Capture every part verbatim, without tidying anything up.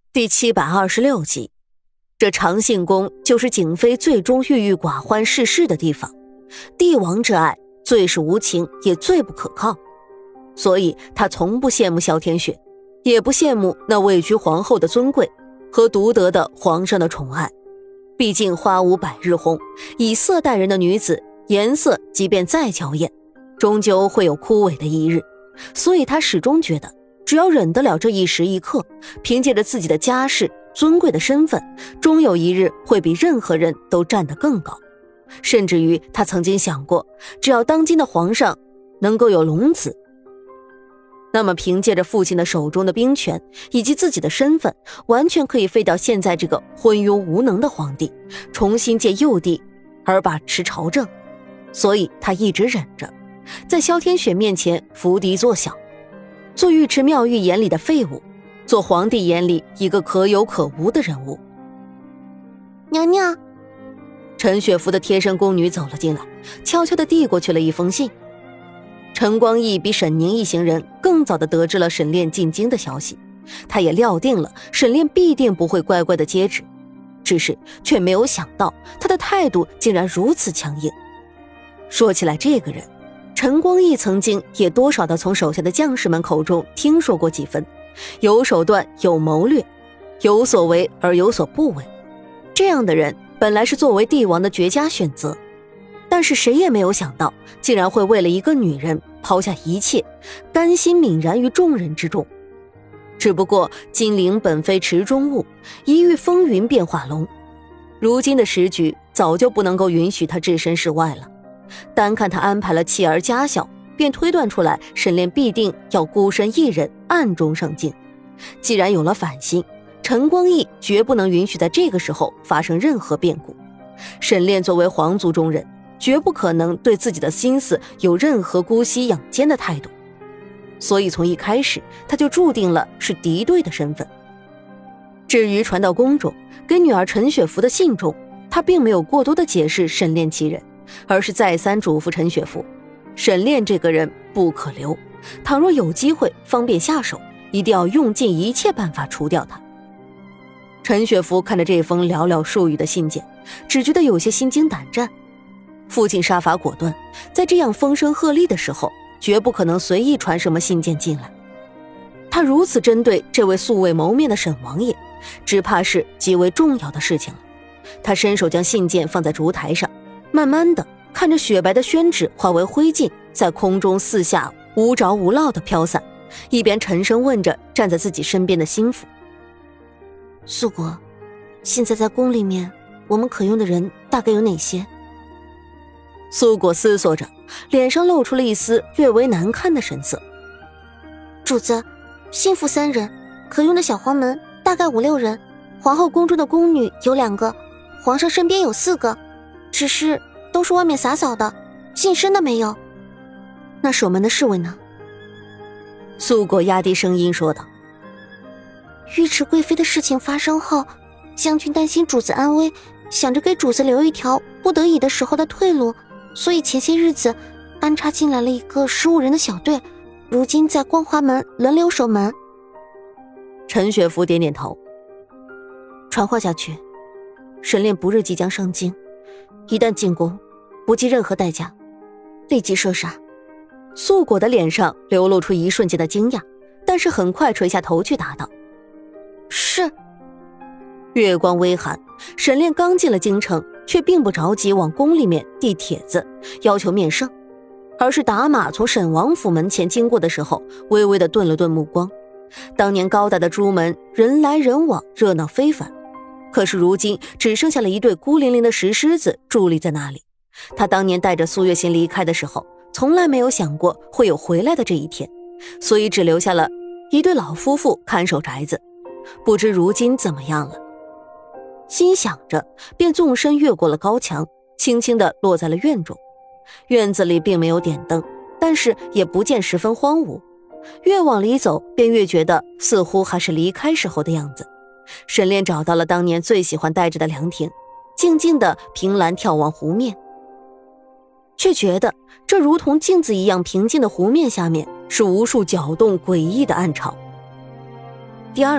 第七百二十六集，这长信宫就是景妃最终郁郁寡欢逝世的地方。帝王之爱最是无情，也最不可靠，所以他从不羡慕萧天雪，也不羡慕那位居皇后的尊贵和独得的皇上的宠爱。毕竟花无百日红，以色待人的女子，颜色即便再娇艳，终究会有枯萎的一日。所以他始终觉得，只要忍得了这一时一刻，凭借着自己的家世、尊贵的身份，终有一日会比任何人都站得更高。甚至于他曾经想过，只要当今的皇上能够有龙子，那么凭借着父亲的手中的兵权以及自己的身份，完全可以废掉现在这个昏庸无能的皇帝，重新借幼帝而把持朝政。所以他一直忍着，在萧天雪面前伏低作小，做尉迟妙玉眼里的废物，做皇帝眼里一个可有可无的人物。 娘娘， 陈雪芙的贴身宫女走了进来，悄悄地递过去了一封信。陈光义比沈宁一行人更早地得知了沈炼进京的消息，他也料定了沈炼必定不会乖乖地接旨，只是却没有想到他的态度竟然如此强硬。说起来，这个人陈光义曾经也多少地从手下的将士们口中听说过几分，有手段有谋略，有所为而有所不为。这样的人本来是作为帝王的绝佳选择，但是谁也没有想到，竟然会为了一个女人抛下一切，甘心泯然于众人之中。只不过金陵本非池中物，一遇风云变化龙，如今的时局早就不能够允许他置身事外了。单看他安排了妻儿家小，便推断出来沈炼必定要孤身一人暗中上京。既然有了反心，陈光义绝不能允许在这个时候发生任何变故。沈炼作为皇族中人，绝不可能对自己的心思有任何姑息养奸的态度，所以从一开始他就注定了是敌对的身份。至于传到宫中给女儿陈雪芙的信中，他并没有过多的解释沈炼其人，而是再三嘱咐陈雪芙，沈炼这个人不可留，倘若有机会方便下手，一定要用尽一切办法除掉他。陈雪芙看着这封寥寥数语的信件，只觉得有些心惊胆战。父亲杀伐果断，在这样风声鹤唳的时候，绝不可能随意传什么信件进来。他如此针对这位素未谋面的沈王爷，只怕是极为重要的事情了。他伸手将信件放在烛台上，慢慢的看着雪白的宣纸化为灰烬，在空中四下无着无落的飘散，一边沉声问着站在自己身边的心腹： 素果，现在在宫里面我们可用的人大概有哪些？ 素果思索着，脸上露出了一丝略为难看的神色。 主子，心腹三人，可用的小黄门大概五六人，皇后宫中的宫女有两个，皇上身边有四个，只是都是外面洒扫的，近身的没有。 那守门的侍卫呢？素果压低声音说道： 尉迟贵妃的事情发生后，将军担心主子安危，想着给主子留一条不得已的时候的退路，所以前些日子安插进来了一个十五人的小队，如今在光华门轮流守门。 陈雪芙点点头， 传话下去，沈炼不日即将上京，一旦进宫，不计任何代价，立即射杀。 素果的脸上流露出一瞬间的惊讶，但是很快垂下头去答道： 是。 月光微寒，沈炼刚进了京城，却并不着急往宫里面递帖子要求面圣，而是打马从沈王府门前经过的时候，微微地顿了顿目光。当年高大的朱门人来人往，热闹非凡，可是如今只剩下了一对孤零零的石狮子伫立在那里。他当年带着苏月心离开的时候，从来没有想过会有回来的这一天，所以只留下了一对老夫妇看守宅子，不知如今怎么样了。心想着，便纵身越过了高墙，轻轻地落在了院中。院子里并没有点灯，但是也不见十分荒芜，越往里走便越觉得似乎还是离开时候的样子。沈炼找到了当年最喜欢待着的凉亭，静静地凭栏眺望湖面，却觉得这如同镜子一样平静的湖面下面是无数搅动诡异的暗潮。第二日，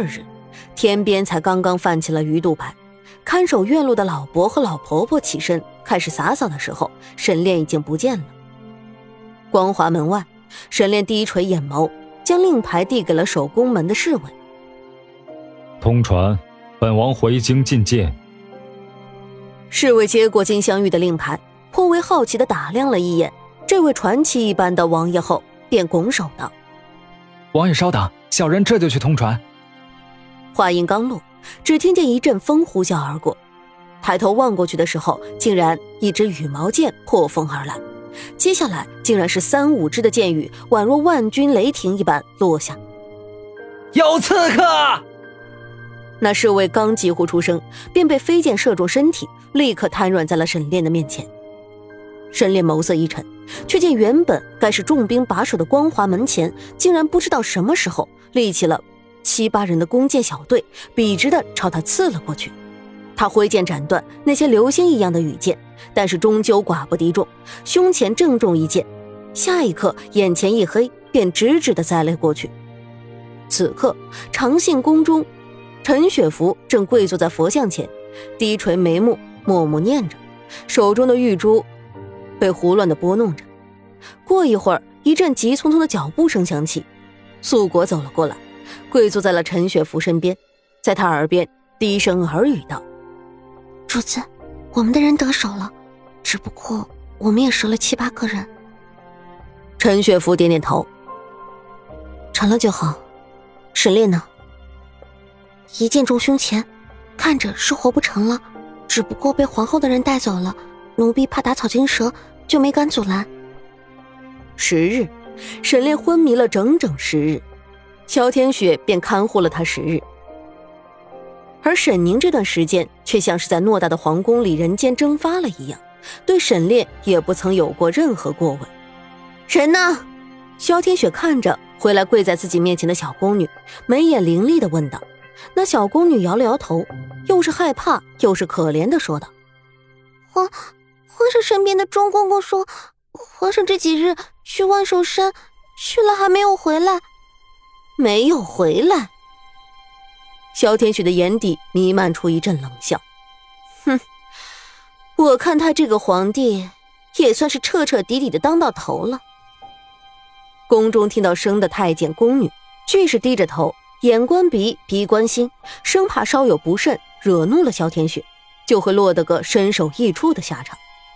天边才刚刚泛起了鱼肚白。看守院路的老伯和老婆婆起身开始洒扫的时候，沈炼已经不见了。光华门外，沈炼低垂眼眸，将令牌递给了守宫门的侍卫。 通传，本王回京觐见。 侍卫接过金镶玉的令牌，颇为好奇地打量了一眼这位传奇一般的王爷后，便拱手道： 王爷稍等，小人这就去通传。 话音刚落，只听见一阵风呼啸而过，抬头望过去的时候，竟然一支羽毛箭破风而来，接下来竟然是三五支的箭雨宛若万钧雷霆一般落下。 有刺客！ 那侍卫刚急呼出声，便被飞箭射中身体，立刻瘫软在了沈炼的面前。沈炼眸色一沉，却见原本该是重兵把守的光华门前，竟然不知道什么时候立起了七八人的弓箭小队，笔直地朝他刺了过去。他挥剑斩断那些流星一样的羽箭，但是终究寡不敌众，胸前正中一箭，下一刻眼前一黑，便直直地栽了过去。此刻长信宫中，陈雪芙正跪坐在佛像前，低垂眉目，默默念着，手中的玉珠被胡乱地拨弄着。过一会儿，一阵急匆匆的脚步声响起，素果走了过来，跪坐在了陈雪芙身边，在她耳边低声耳语道： 主子，我们的人得手了，只不过我们也折了七八个人。 陈雪芙点点头： 成了就好。沈炼呢？一箭中胸前，看着是活不成了，只不过被皇后的人带走了，奴婢怕打草惊蛇，就没敢阻拦。 十日，沈炼昏迷了整整十日，萧天雪便看护了他十日。而沈宁这段时间却像是在偌大的皇宫里人间蒸发了一样，对沈炼也不曾有过任何过问。人呢？萧天雪看着回来跪在自己面前的小宫女，眉眼凌厉地问道。那小宫女摇了摇头，又是害怕又是可怜地说道： 皇皇上身边的钟公公说，皇上这几日去万寿山去了，还没有回来。 没有回来？萧天雪的眼底弥漫出一阵冷笑，哼，我看他这个皇帝也算是彻彻底底的当到头了。宫中听到声的太监宫女俱是低着头，眼观鼻，鼻观心，生怕稍有不慎惹怒了萧天雪，就会落得个身首异处的下场。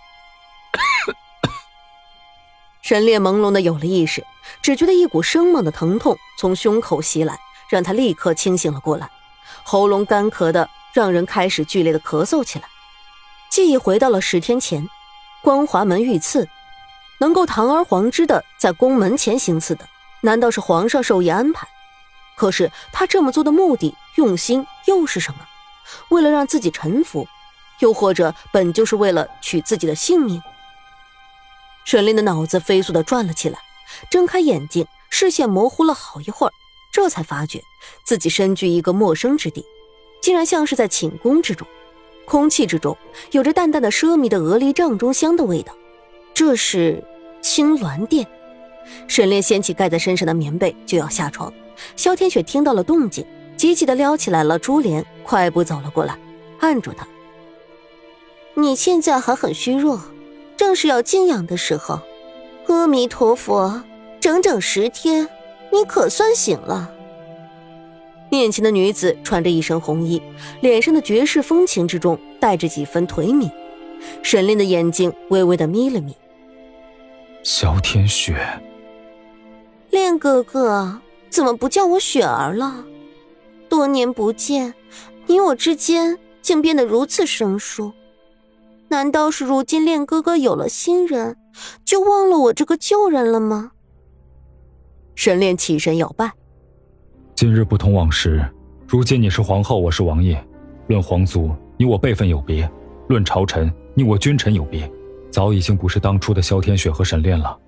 沈炼朦胧的有了意识，只觉得一股生猛的疼痛从胸口袭来，让他立刻清醒了过来，喉咙干咳的让人开始剧烈的咳嗽起来。记忆回到了十天前，光华门遇刺，能够堂而皇之的在宫门前行刺的，难道是皇上授意安排？可是他这么做的目的用心又是什么？为了让自己臣服，又或者本就是为了取自己的性命？沈炼的脑子飞速地转了起来，睁开眼睛，视线模糊了好一会儿，这才发觉自己身居一个陌生之地，竟然像是在寝宫之中，空气之中有着淡淡的奢靡的鹅梨帐中香的味道。这是青鸾殿。沈炼掀起盖在身上的棉被就要下床，萧天雪听到了动静，急急地撩起来了珠帘，快步走了过来，按住他：你现在还很虚弱，正是要静养的时候。阿弥陀佛，整整十天，你可算醒了。面前的女子穿着一身红衣，脸上的绝世风情之中带着几分颓靡。沈炼的眼睛微微地眯了眯。 萧天雪， 炼哥哥，怎么不叫我雪儿了？多年不见，你我之间竟变得如此生疏。难道是如今炼哥哥有了新人，就忘了我这个旧人了吗？ 沈炼起身要拜： 今日不同往时，如今你是皇后，我是王爷，论皇族，你我辈分有别；论朝臣，你我君臣有别，早已经不是当初的萧天雪和沈炼了。